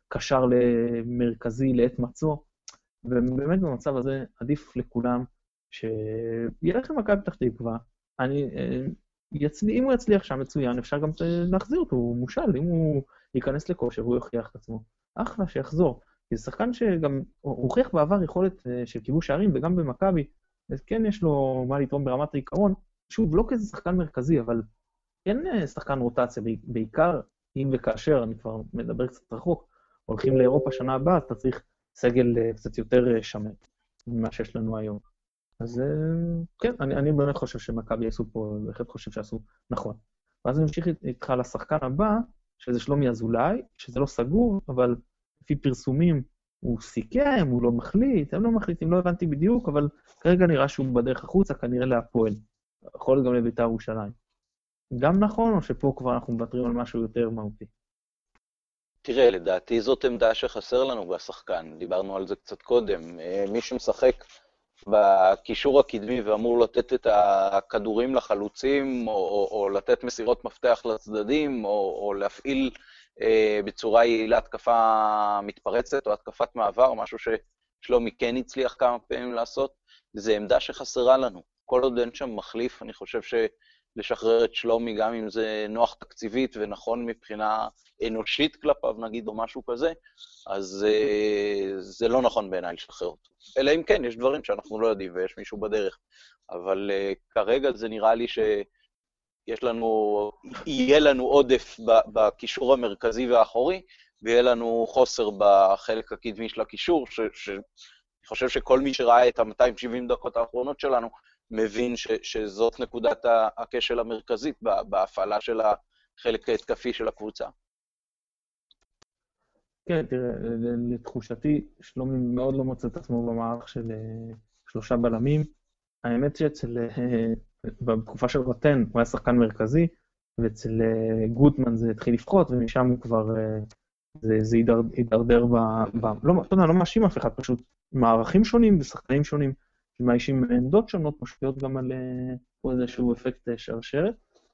קשר למרכזי לעת מצוא, ובאמת במצב הזה עדיף לכולם שילך למכבי פתח תקווה, אני, יצלי, אם הוא יצליח שם מצוין, אפשר גם להחזיר אותו, הוא מושל, אם הוא ייכנס לכושר, הוא יוכיח את עצמו. אחלה, שיחזור. כי זה שחקן שגם הוא הוכיח בעבר יכולת של כיבוש שערים, וגם במכבי, אז כן יש לו מה לתרום ברמת העיקרון, שוב, לא כזה שחקן מרכזי, אבל כן שחקן רוטציה, בעיקר אם וכאשר, אני כבר מדבר קצת רחוק, הולכים לאירופה שנה הבאה, אז אתה צריך סגל קצת יותר שמן ממה שיש לנו היום. אז כן, אני, אני באמת חושב שמכבי יעשו פה, בהחלט חושב שעשו נכון. ואז אני ממשיך איתך לשחקן הבא, שזה שלומי אזולאי, שזה לא סגור, אבל לפי פרסומים הוא סיכם, הוא לא מחליט, הם לא מחליטים, לא הבנתי בדיוק, אבל כרגע נראה שהוא בדרך החוצה, כנראה להפועל. יכול להיות גם לבית"ר ירושלים. גם נכון, או שפה כבר אנחנו מוותרים על משהו יותר מהותי? תראה, לדעתי זאת עמדה שחסר לנו בשחקן, דיברנו על זה קצת קודם. מי שמשחק בקישור הקדמי ואמור לתת את הכדורים לחלוצים, או, או, או לתת מסירות מפתח לצדדים, או, או להפעיל אה, בצורה יעילה התקפה מתפרצת, או התקפת מעבר, משהו ששלומי כן הצליח כמה פעמים לעשות, זה עמדה שחסרה לנו. כל עוד אין שם מחליף, אני חושב שלשחרר את שלומי, גם אם זה נוח תקציבית ונכון מבחינה אנושית כלפיו, נגיד, או משהו כזה, אז אה, זה לא נכון בעיניי לשחרר אותו. אלא אם כן, יש דברים שאנחנו לא יודעים, ויש מישהו בדרך. אבל uh, כרגע זה נראה לי שיש לנו, יהיה לנו עודף בקישור המרכזי והאחורי, ויהיה לנו חוסר בחלק הקדמי של הקישור, שאני חושב שכל מי שראה את ה-מאתיים שבעים דקות האחרונות שלנו, מבין ש, שזאת נקודת הכשל המרכזית בהפעלה של החלק ההתקפי של הקבוצה. כן, תראה, לתחושתי, שלומי מאוד לא מוצא את עצמו במערך של שלושה בלמים. האמת שאצל, בתקופה של רטן, הוא היה שחקן מרכזי, ואצל גוטמן זה התחיל לפחות, ומשם הוא כבר, זה, זה הידרדר ב... ב לא, אתה יודע, לא מאשים אף אחד, פשוט מערכים שונים ושחקנים שונים, שמאיישים עמדות שונות, משפיעות גם על פה איזשהו אפקט שרשרת.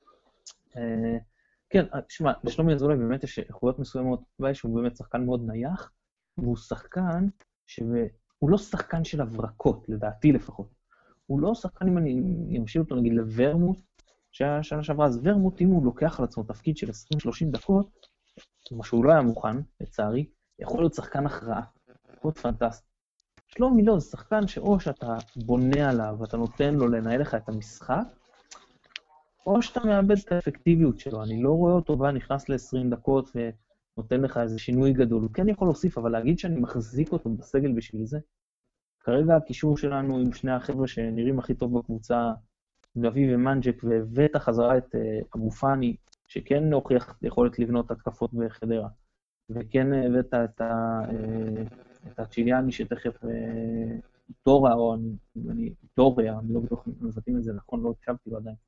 כן, תשמע, לשלומי אזולאי באמת יש איכויות מסוימות, שהוא באמת שחקן מאוד נייח, והוא שחקן שהוא לא שחקן של הברקות, לדעתי לפחות. הוא לא שחקן, אם אני אמשיל אותו נגיד לוורמוט, שהשנה שעברה, אז וורמוט, אם הוא לוקח על עצמו תפקיד של עשרים שלושים דקות, מה שהוא לא היה מוכן, לצערי, יכול להיות שחקן הכרעה, יכול להיות פנטסטי. שלומי לא, זה שחקן שאו שאתה בונה עליו, ואתה נותן לו לנהל לך את המשחק, או שאתה מאבד את האפקטיביות שלו. אני לא רואה אותו בא, נכנס ל-עשרים דקות ונותן לך איזה שינוי גדול. הוא כן יכול להוסיף, אבל להגיד שאני מחזיק אותו בסגל בשביל זה. כרגע הקישור שלנו עם שני החבר'ה שנראים הכי טוב בקבוצה, גבי ומנג'ק, והבאת חזרה את אבו פאני, שכן הוכיח יכולת לבנות התקפות בחדרה. וכן הבאת את, ה, את הצ'יליאני שתכף טורה, או אני, טוריה, אני לא בטוח מבטאים את זה נכון, לא הקשבתי לו עדיין.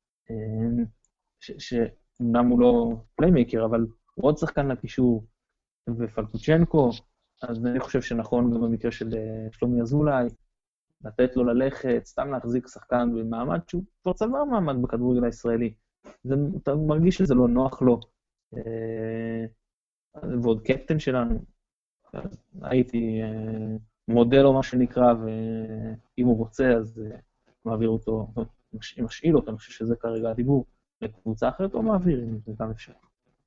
שאומנם הוא לא פליימייקר, אבל הוא עוד שחקן לקישור, ופלקוצ'נקו, אז אני חושב שנכון גם במקרה של שלומי אזולאי, לתת לו ללכת, סתם להחזיק שחקן במעמד שהוא כבר צבר מעמד בכדורגל הישראלי. זה, אתה מרגיש שזה לא נוח לו. ועוד קפטן שלנו, הייתי מודל או מה שנקרא, ואם הוא רוצה אז מעביר אותו, משאיל אותו, אני חושב שזה כרגע הדיבור, לקבוצה אחרת או מעביר, אם זה גם אפשר.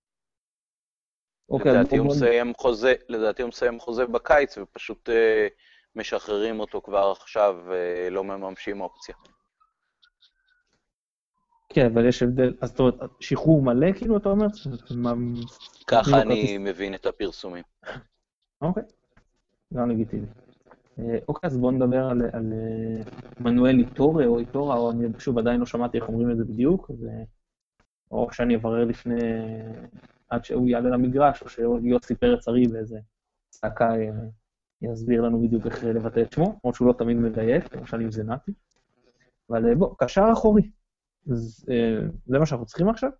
לדעתי הוא מסיים חוזה, לדעתי הוא מסיים חוזה בקיץ, ופשוט משחררים אותו כבר עכשיו, ולא מממשים אופציה. כן, אבל יש הבדל, אז זאת אומרת, שחרור מלא, כאילו, אתה אומר? ככה אני מבין את הפרסומים. אוקיי, גם לגיטימי. אוקיי, אז בואו נדבר על, על מנואל איטורה או איטורה, או אני שוב עדיין לא שמעתי איך אומרים את זה בדיוק, אז, או שאני אברר לפני, עד שהוא יעלה למגרש, או שיוסי פרץ ארי באיזה צעקה יסביר לנו בדיוק איך לבטא את שמו, או שהוא לא תמיד מדייק, למשל אם זה נתי. אבל בוא, קשר אחורי. אז זה מה שאנחנו צריכים עכשיו?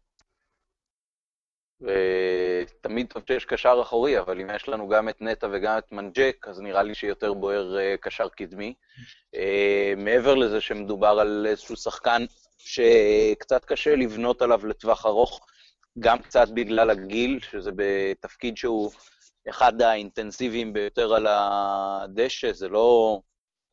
ותמיד טוב שיש קשר אחורי, אבל אם יש לנו גם את נטה וגם את מנג'ק, אז נראה לי שיותר בוער קשר קדמי. מעבר לזה שמדובר על איזשהו שחקן שקצת קשה לבנות עליו לטווח ארוך, גם קצת בגלל הגיל, שזה בתפקיד שהוא אחד האינטנסיביים ביותר על הדשא, זה לא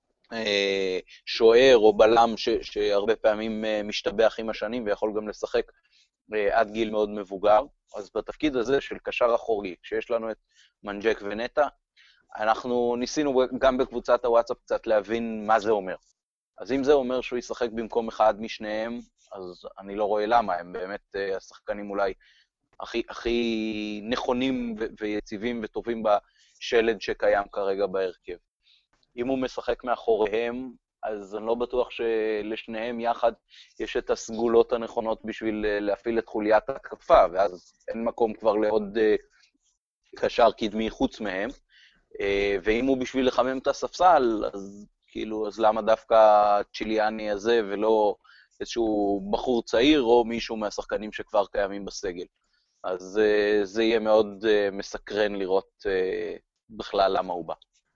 שוער או בלם ש, שהרבה פעמים משתבח עם השנים ויכול גם לשחק עד גיל מאוד מבוגר. אז בתפקיד הזה של קשר אחורי, כשיש לנו את מנג'ק ונטע, אנחנו ניסינו גם בקבוצת הוואטסאפ קצת להבין מה זה אומר. אז אם זה אומר שהוא ישחק במקום אחד משניהם, אז אני לא רואה למה, הם באמת השחקנים אולי הכי, הכי נכונים ו- ויציבים וטובים בשלד שקיים כרגע בהרכב. אם הוא משחק מאחוריהם, אז אני לא בטוח שלשניהם יחד יש את הסגולות הנכונות בשביל להפעיל את חוליית התקפה, ואז אין מקום כבר לעוד קשר קדמי חוץ מהם. ואם הוא בשביל לחמם את הספסל, אז כאילו, אז למה דווקא צ'יליאני הזה ולא איזשהו בחור צעיר או מישהו מהשחקנים שכבר קיימים בסגל? אז זה יהיה מאוד מסקרן לראות בכלל למה הוא בא.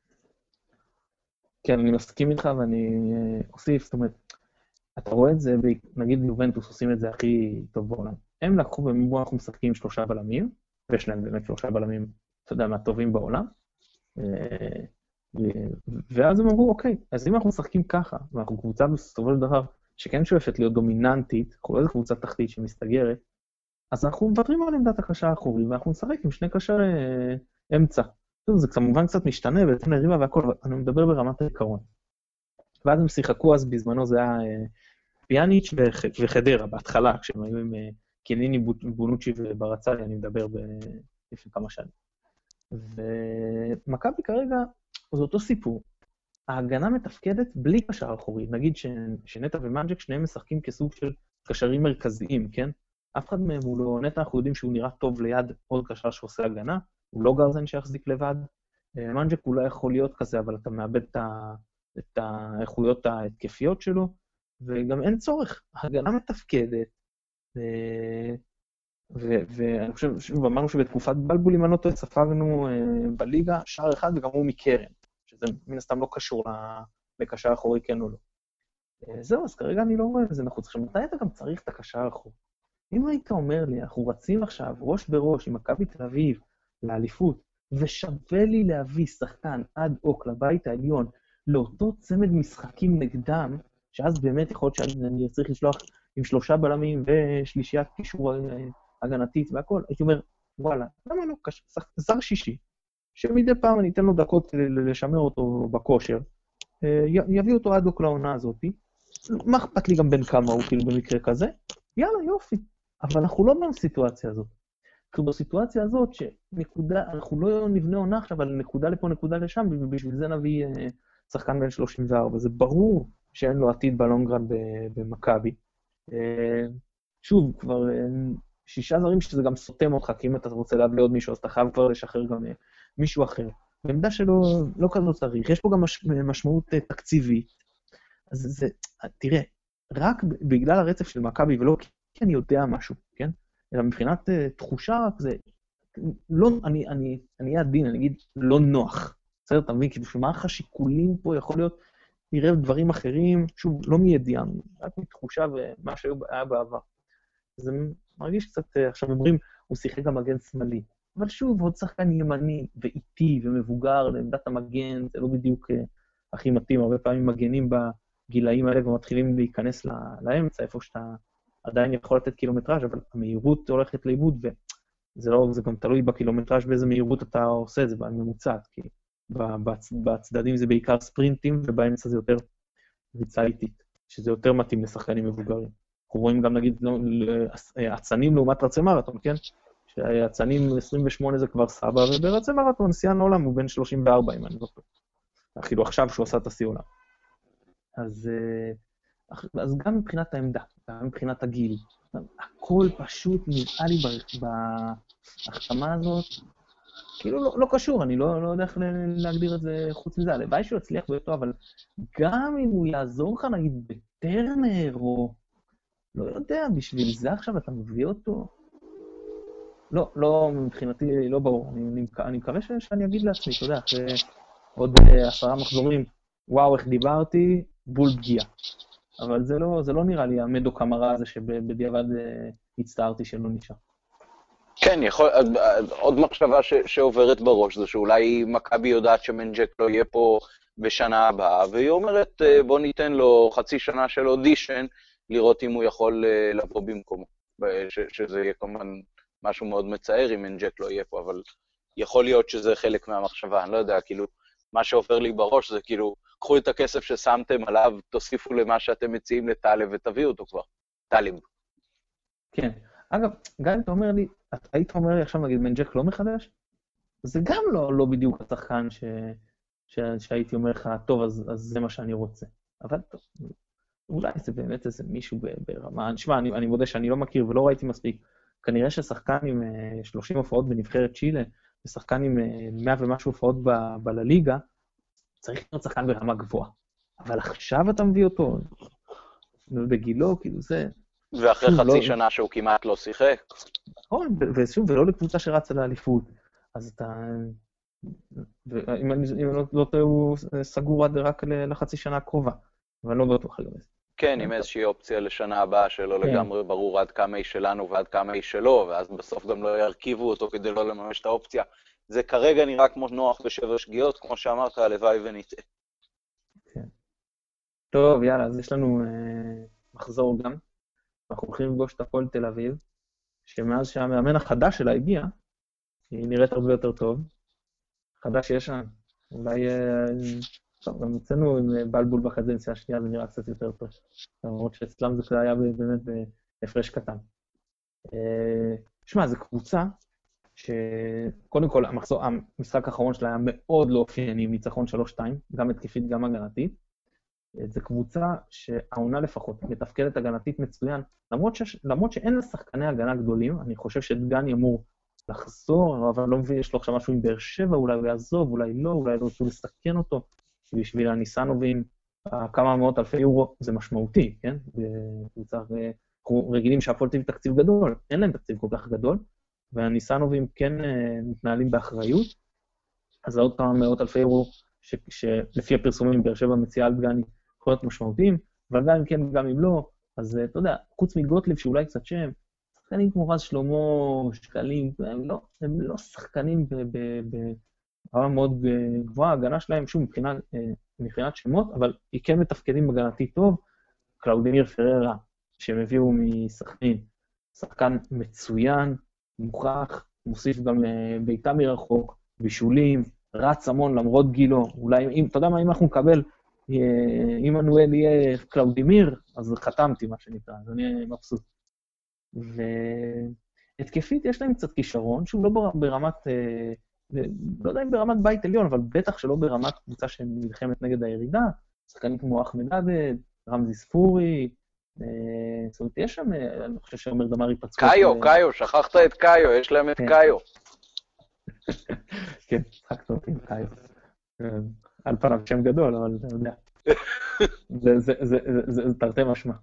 כן, אני מסכים איתך ואני אוסיף, זאת אומרת, אתה רואה את זה, נגיד יובנטוס עושים את זה הכי טוב בעולם. הם לקחו במבוא, אנחנו משחקים שלושה בלמים, ויש להם באמת שלושה בלמים, אתה יודע, מהטובים בעולם, ואז הם אמרו, אוקיי, אז אם אנחנו משחקים ככה, ואנחנו קבוצה בסופו של דבר, שכן שואפת להיות דומיננטית, אנחנו לא איזה קבוצה תחתית שמסתגרת, אז אנחנו מוותרים על עמדת הקשר האחורי, ואנחנו נשחק עם שני קשר אמצע. זה כמובן קצת משתנה, בעצם לריבה והכל, אני מדבר ברמת העיקרון. ואז הם שיחקו, אז בזמנו זה היה פיאניץ' וחדרה, בהתחלה, כשהם היו עם קיליני, בונוצ'י וברצלי, אני מדבר לפני כמה שנים. ומכבי כרגע, זה אותו סיפור. ההגנה מתפקדת בלי קשר אחורי. נגיד שנטע ומנג'ק שניהם משחקים כסוג של קשרים מרכזיים, כן? אף אחד מהם הוא לא, נטע אנחנו יודעים שהוא נראה טוב ליד עוד קשר שעושה הגנה, הוא לא גרזן שיחזיק לבד. מנג'ק הוא לא יכול להיות כזה, אבל אתה מאבד את האיכויות ההתקפיות שלו, וגם אין צורך. ההגנה מתפקדת, ואני חושב, שוב, אמרנו שבתקופת בלבול, אם אני לא טועה, ספגנו בליגה שער אחד וגם הוא מקרן, שזה מן הסתם לא קשור לקשר אחורי כן או לא. זהו, אז כרגע אני לא רואה את זה נחוץ. עכשיו, מתי אתה גם צריך את הקשר האחורי? אם היית אומר לי, אנחנו רצים עכשיו ראש בראש עם מכבי תל אביב לאליפות, ושווה לי להביא שחקן עד אוק לבית העליון, לאותו צמד משחקים נגדם, שאז באמת יכול להיות שאני צריך לשלוח עם שלושה בלמים ושלישיית קישור הגנתית והכל, הייתי אומר, וואלה, למה לא? זר שישי, שמדי פעם אני אתן לו דקות לשמר אותו בכושר, יביא אותו עד אוק לעונה הזאת, מה אכפת לי גם בין כמה הוא כאילו במקרה כזה? יאללה, יופי. אבל אנחנו לא בסיטואציה הזאת. כי בסיטואציה הזאת שנקודה, אנחנו לא נבנה עונה עכשיו, אבל נקודה לפה, נקודה לשם, ובשביל זה נביא שחקן בין שלושים וארבע. זה ברור שאין לו עתיד בלונגרן במכבי. שוב, כבר שישה זרים שזה גם סותם אותך, כי אם אתה רוצה להביא עוד מישהו, אז אתה חייב כבר לשחרר גם מישהו אחר. בעמדה שלו לא כזאת צריך. יש פה גם משמעות תקציבית. אז זה, תראה, רק בגלל הרצף של מכבי, ולא כי אני יודע משהו, כן? אלא מבחינת תחושה, זה לא, אני, אני, אני אהיה עדין, אני אגיד, לא נוח. בסדר, אתה מבין? כאילו, שמערך השיקולים פה יכול להיות, נראה דברים אחרים, שוב, לא מידיעה, רק מתחושה ומה שהיה בעבר. זה מרגיש קצת, עכשיו אומרים, הוא שיחק גם מגן שמאלי. אבל שוב, עוד שחקן ימני ואיטי ומבוגר לעמדת המגן, זה לא בדיוק הכי מתאים, הרבה פעמים מגנים בגילאים האלה ומתחילים להיכנס לאמצע, איפה שאתה עדיין יכול לתת קילומטראז', אבל המהירות הולכת לאיבוד, וזה לא, זה גם תלוי בקילומטראז' באיזה מהירות אתה עושה את זה, בממוצעת, כי בצדדים זה בעיקר ספרינטים, ובאמצע זה יותר ריצה איטית, שזה יותר מתאים לשחקנים מבוגרים. אנחנו רואים גם נגיד עצנים לעומת רצי מרתון, כן? שהעצנים עשרים ושמונה זה כבר סבא, וברצי מרתון שיאן העולם הוא בין שלושים וארבע, אם אני לא טועה. אפילו עכשיו שהוא עשה את השיא עולם. אז, אז גם מבחינת העמדה, גם מבחינת הגיל, הכל פשוט נראה לי בהחתמה הזאת, כאילו לא, לא קשור, אני לא, לא יודע איך להגדיר את זה חוץ מזה, הלוואי שהוא יצליח ביותר, אבל גם אם הוא יעזור לך, נגיד, בטרנר, או לא יודע, בשביל זה עכשיו אתה מביא אותו, לא, לא, מבחינתי לא ברור, אני, אני, אני מקווה ש, שאני אגיד לעצמי, אתה יודע, אחרי עוד עשרה מחזורים, וואו, איך דיברתי, בול פגיעה. אבל זה לא, זה לא נראה לי המדו קמרה הזה שבדיעבד הצטערתי שלא נשאר. כן, יכול, עוד מחשבה ש, שעוברת בראש זה שאולי מכבי יודעת שמנג'ק לא יהיה פה בשנה הבאה, והיא אומרת בוא ניתן לו חצי שנה של אודישן, לראות אם הוא יכול לבוא במקומו, ש, שזה יהיה כמובן משהו מאוד מצער אם מנג'ק לא יהיה פה, אבל יכול להיות שזה חלק מהמחשבה, אני לא יודע, כאילו, מה שעובר לי בראש זה כאילו, קחו את הכסף ששמתם עליו, תוסיפו למה שאתם מציעים לטלב ותביאו אותו כבר, טלב. כן. אגב, גם אם אתה אומר לי, אתה היית אומר לי עכשיו נגיד מנג'ק לא מחדש? זה גם לא, לא בדיוק השחקן ש, ש, שהייתי אומר לך, טוב, אז, אז זה מה שאני רוצה. אבל טוב, אולי זה באמת איזה מישהו ברמה, נשמע, אני, אני מודה שאני לא מכיר ולא ראיתי מספיק. כנראה ששחקן עם שלושים הופעות בנבחרת צ'ילה, ושחקן עם מאה ומשהו הופעות בלליגה, צריך להיות שחקן ברמה גבוהה. אבל עכשיו אתה מביא אותו, בגילו, כאילו זה... ואחרי חצי לא... שנה שהוא כמעט לא שיחק. נכון, ושוב, ולא לקבוצה שרצה לאליפות. אז אתה... ואם אני לא, לא טועה, הוא סגור עד רק לחצי שנה הקרובה. אבל לא בטוח לגבי זה. כן, עם איזושהי אופציה לשנה הבאה שלא כן. לגמרי ברור עד כמה היא שלנו ועד כמה היא שלו, ואז בסוף גם לא ירכיבו אותו כדי לא לממש את האופציה. זה כרגע נראה כמו נוח בשבע שגיאות, כמו שאמרת, הלוואי ונטעה. כן. טוב, יאללה, אז יש לנו אה, מחזור גם. אנחנו הולכים לפגוש את הפועל תל אביב, שמאז שהמאמן החדש שלה הגיע, היא נראית הרבה יותר טוב. חדש יש שם. אולי... אה, טוב, גם אצלנו עם בלבול בקדנציה השנייה, זה נראה קצת יותר טוב. למרות שאצלם זה היה באמת בהפרש קטן. שמע, זו קבוצה שקודם כל, המחזור, המשחק האחרון שלה היה מאוד לא אופייני, ניצחון שלוש שתיים, גם התקפית, גם הגנתית. זו קבוצה שהעונה לפחות מתפקדת הגנתית מצוין, למרות, ש... למרות שאין לה שחקני הגנה גדולים, אני חושב שדגני אמור לחזור, אבל לא מבין, יש לו עכשיו משהו עם באר שבע, אולי הוא יעזוב, אולי לא, אולי לא רוצו לסכן אותו. בשביל הניסנובים, כמה מאות אלפי יורו, זה משמעותי, כן? בקבוצה, אנחנו רגילים שהפועל תל אביב תקציב גדול, אין להם תקציב כל כך גדול, והניסנובים כן מתנהלים באחריות, אז עוד כמה מאות אלפי יורו, ש, שלפי הפרסומים באר שבע מציעה על דגני, יכול להיות משמעותיים, אבל גם אם כן וגם אם לא, אז אתה יודע, חוץ מגוטליב שאולי קצת שם, שחקנים כמו רז שלמה, שקלים, הם לא, הם לא שחקנים ב... ב, ב רמה מאוד גבוהה, ההגנה שלהם, שוב, מבחינת, מבחינת שמות, אבל היא כן מתפקדים הגנתי טוב, קלאודימיר פררה, שהם הביאו מסכנין, שחקן מצוין, מוכח, מוסיף גם ביתה מרחוק, בישולים, רץ המון למרות גילו, אולי, אם, אתה יודע מה, אם אנחנו נקבל, אם מנואל יהיה קלאודימיר, אז חתמתי מה שנקרא, אז אני אהיה מבסוט. והתקפית יש להם קצת כישרון, שוב, לא ברמת... לא יודע אם ברמת בית עליון, אבל בטח שלא ברמת קבוצה שנלחמת נגד הירידה, שחקנים כמו אחמד עבד, רמזי ספורי, זאת אומרת, יש שם, אני חושב שאומר דמרי פצוע. קאיו, קאיו, שכחת את קאיו, יש להם את קאיו. כן, שחקת אותי עם קאיו. על פניו שם גדול, אבל אתה יודע. זה תרתי משמע.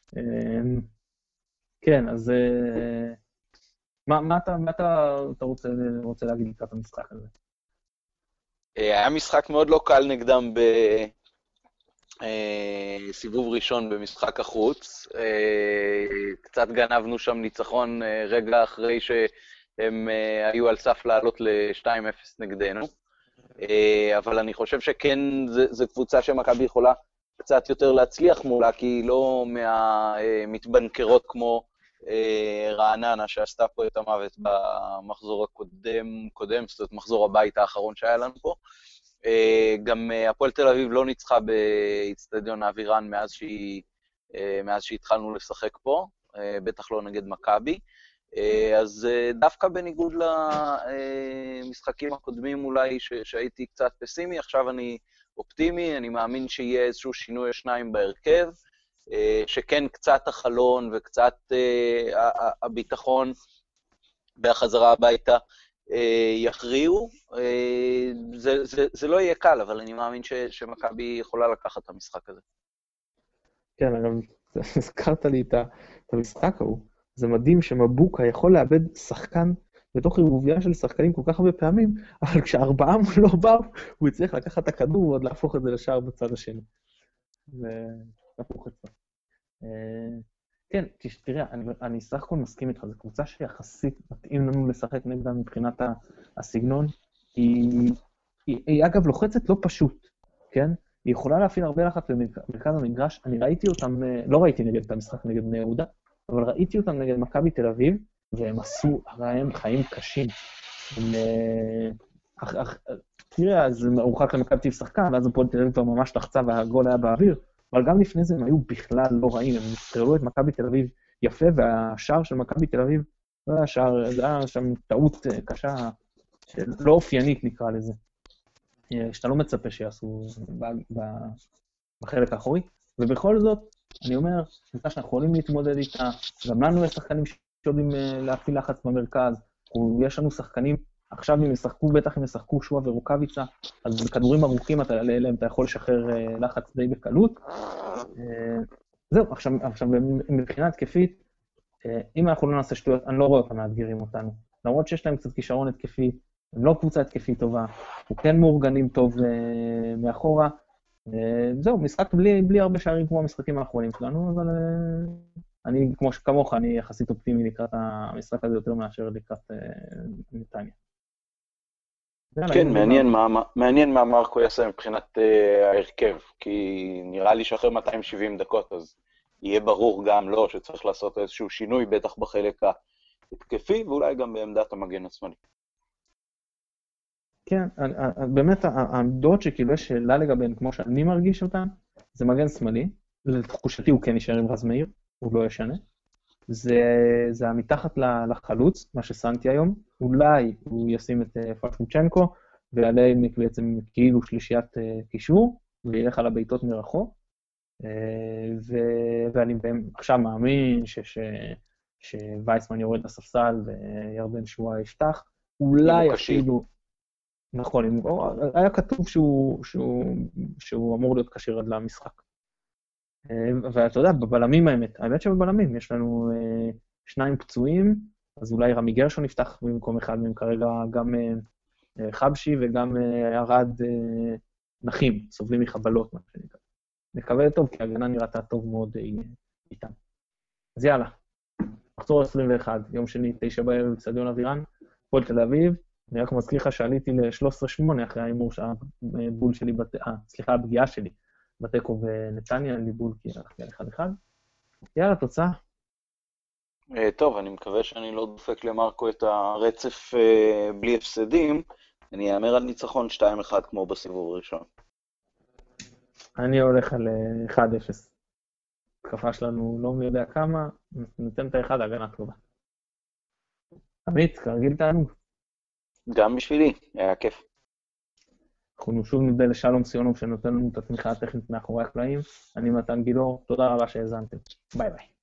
כן, אז... מה, מה אתה, מה אתה, אתה רוצה, רוצה להגיד לקראת המשחק הזה? היה משחק מאוד לא קל נגדם בסיבוב ראשון במשחק החוץ. קצת גנבנו שם ניצחון רגע אחרי שהם היו על סף לעלות ל-שתיים אפס נגדנו. אבל אני חושב שכן, זו קבוצה שמכבי יכולה קצת יותר להצליח מולה, כי היא לא מהמתבנקרות כמו רעננה שעשתה פה את המוות במחזור הקודם, קודם, זאת אומרת מחזור הבית האחרון שהיה לנו פה. גם הפועל תל אביב לא ניצחה באצטדיון האווירן מאז שהיא, מאז שהתחלנו לשחק פה, בטח לא נגד מכבי. אז דווקא בניגוד למשחקים הקודמים אולי שהייתי קצת פסימי, עכשיו אני אופטימי, אני מאמין שיהיה איזשהו שינוי שניים בהרכב, שכן קצת החלון וקצת uh, הביטחון בהחזרה הביתה uh, יכריעו. Uh, זה, זה, זה לא יהיה קל, אבל אני מאמין ש, שמכבי יכולה לקחת את המשחק הזה. כן, אגב, הזכרת לי את המשחק ההוא. זה מדהים שמבוקה יכול לאבד שחקן בתוך ערבוביה של שחקנים כל כך הרבה פעמים, אבל כשארבעה מולו באו, הוא הצליח לקחת את הכדור ועוד להפוך את זה לשער בצד השני. זה... הפוך את זה. כן, תראה, אני, אני סך הכל מסכים איתך, זו קבוצה שיחסית מתאים לנו לשחק נגדה מבחינת הסגנון, היא, היא, היא אגב לוחצת לא פשוט, כן? היא יכולה להפעיל הרבה לחץ במרכז המגרש, אני ראיתי אותם, לא ראיתי נגד את המשחק נגד בני יהודה, אבל ראיתי אותם נגד מכבי תל אביב, והם עשו הרעיון חיים קשים. הם, אח, אח, תראה, אז הורחק למכבי תל אביב שחקן, ואז הפועל תל אביב כבר ממש לחצה והגול היה באוויר, אבל גם לפני זה הם היו בכלל לא רעים, הם נפטרלו את מכבי תל אביב יפה, והשער של מכבי תל אביב, לא היה שער, זה היה שם טעות קשה, לא אופיינית נקרא לזה, שאתה לא מצפה שיעשו בחלק האחורי, ובכל זאת, אני אומר, נקרא שאנחנו יכולים להתמודד איתה, גם לנו יש שחקנים שיודעים להפעיל לחץ במרכז, יש לנו שחקנים, עכשיו אם ישחקו, בטח אם ישחקו שועה ורוקביצה, אז בכדורים ארוכים אתה, אליהם אתה יכול לשחרר לחץ די בקלות. זהו, עכשיו, עכשיו מבחינה התקפית, אם אנחנו לא נעשה שטויות, אני לא רואה אותם מאתגרים אותנו. למרות שיש להם קצת כישרון התקפי, הם לא קבוצה התקפית טובה, הוא כן מאורגנים טוב מאחורה. זהו, משחק בלי, בלי הרבה שערים כמו המשחקים האחרונים שלנו, אבל אני, כמו שכמוך, אני יחסית אופטימי לקראת המשחק הזה יותר מאשר לקראת נתניה. כן, מעניין מה, מעניין מה מרקו יעשה מבחינת ההרכב, כי נראה לי שאחרי מאתיים ושבעים דקות, אז יהיה ברור גם לא שצריך לעשות איזשהו שינוי, בטח בחלק ההתקפי, ואולי גם בעמדת המגן השמאלי. כן, באמת העמדות שכאילו שאלה לגביהן, כמו שאני מרגיש אותן, זה מגן שמאלי, לתחושתי הוא כן יישאר עם רז מאיר, הוא לא ישנה. זה, זה המתחת לחלוץ, מה ששמתי היום, אולי הוא ישים את פלקוצ'נקו, ועליהם בעצם כאילו שלישיית קישור, וילך על הביתות מרחוק, ו, ואני עכשיו מאמין ש, ש, שווייסמן יורד לספסל, וירדן שואה יפתח, אולי אפילו, נכון, היה כתוב שהוא, שהוא, שהוא אמור להיות קשיר עד למשחק. ואתה יודע, בבלמים האמת, האמת שבבלמים יש לנו אה, שניים פצועים, אז אולי רמי גרשון נפתח במקום אחד מהם כרגע, גם אה, חבשי וגם אה, ירד אה, נחים, סובלים מחבלות, מה שנקרא. נקווה טוב, כי הגנה נראתה טוב מאוד אה, איתם. אז יאללה, מחזור עשרים ואחת, יום שני, תשע בערב, באצטדיון אבירן, הפועל תל אביב, אני רק מזכיר לך שעליתי ל-שלוש עשרה שמונה אחרי האימור שהבול שלי, בת... אה, סליחה, הפגיעה שלי. בתיקו ונתניה, ליבול כי הלכתי על אחד אחד. יאללה, תוצאה. טוב, אני מקווה שאני לא דופק למרקו את הרצף בלי הפסדים. אני אאמר על ניצחון שתיים אחד כמו בסיבוב הראשון. אני הולך על אחד אפס. התקפה שלנו לא מי יודע כמה, ניתן את האחד, הגנה טובה. עמית, כרגיל תענוג. גם בשבילי, היה כיף. אנחנו שוב נודה לשלום סיונוב שנותן לנו את התמיכה הטכנית מאחורי הקלעים. אני מתן גילאור, תודה רבה שהאזנתם. ביי ביי.